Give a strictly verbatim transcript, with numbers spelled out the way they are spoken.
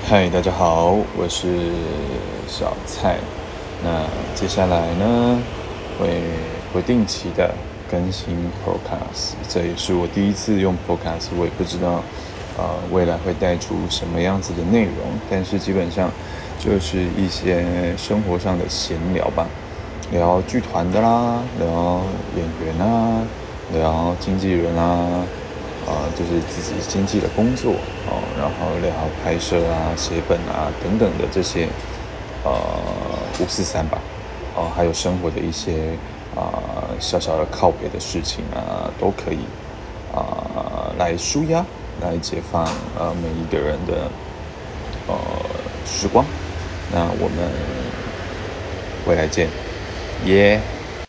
嗨，大家好，我是小蔡。那接下来呢，会不定期的更新 Podcast，这也是我第一次用 Podcast，我也不知道，呃，未来会带出什么样子的内容，但是基本上就是一些生活上的闲聊吧，聊剧团的啦，聊演员啊，聊经纪人啊。啊、呃就是自己经纪的工作哦，然后聊拍摄啊、写本啊等等的这些呃五四三吧，哦，还有生活的一些啊、呃小小的靠北的事情啊，都可以啊、呃来舒压，来解放呃每一个人的呃时光。那我们未来见，耶、yeah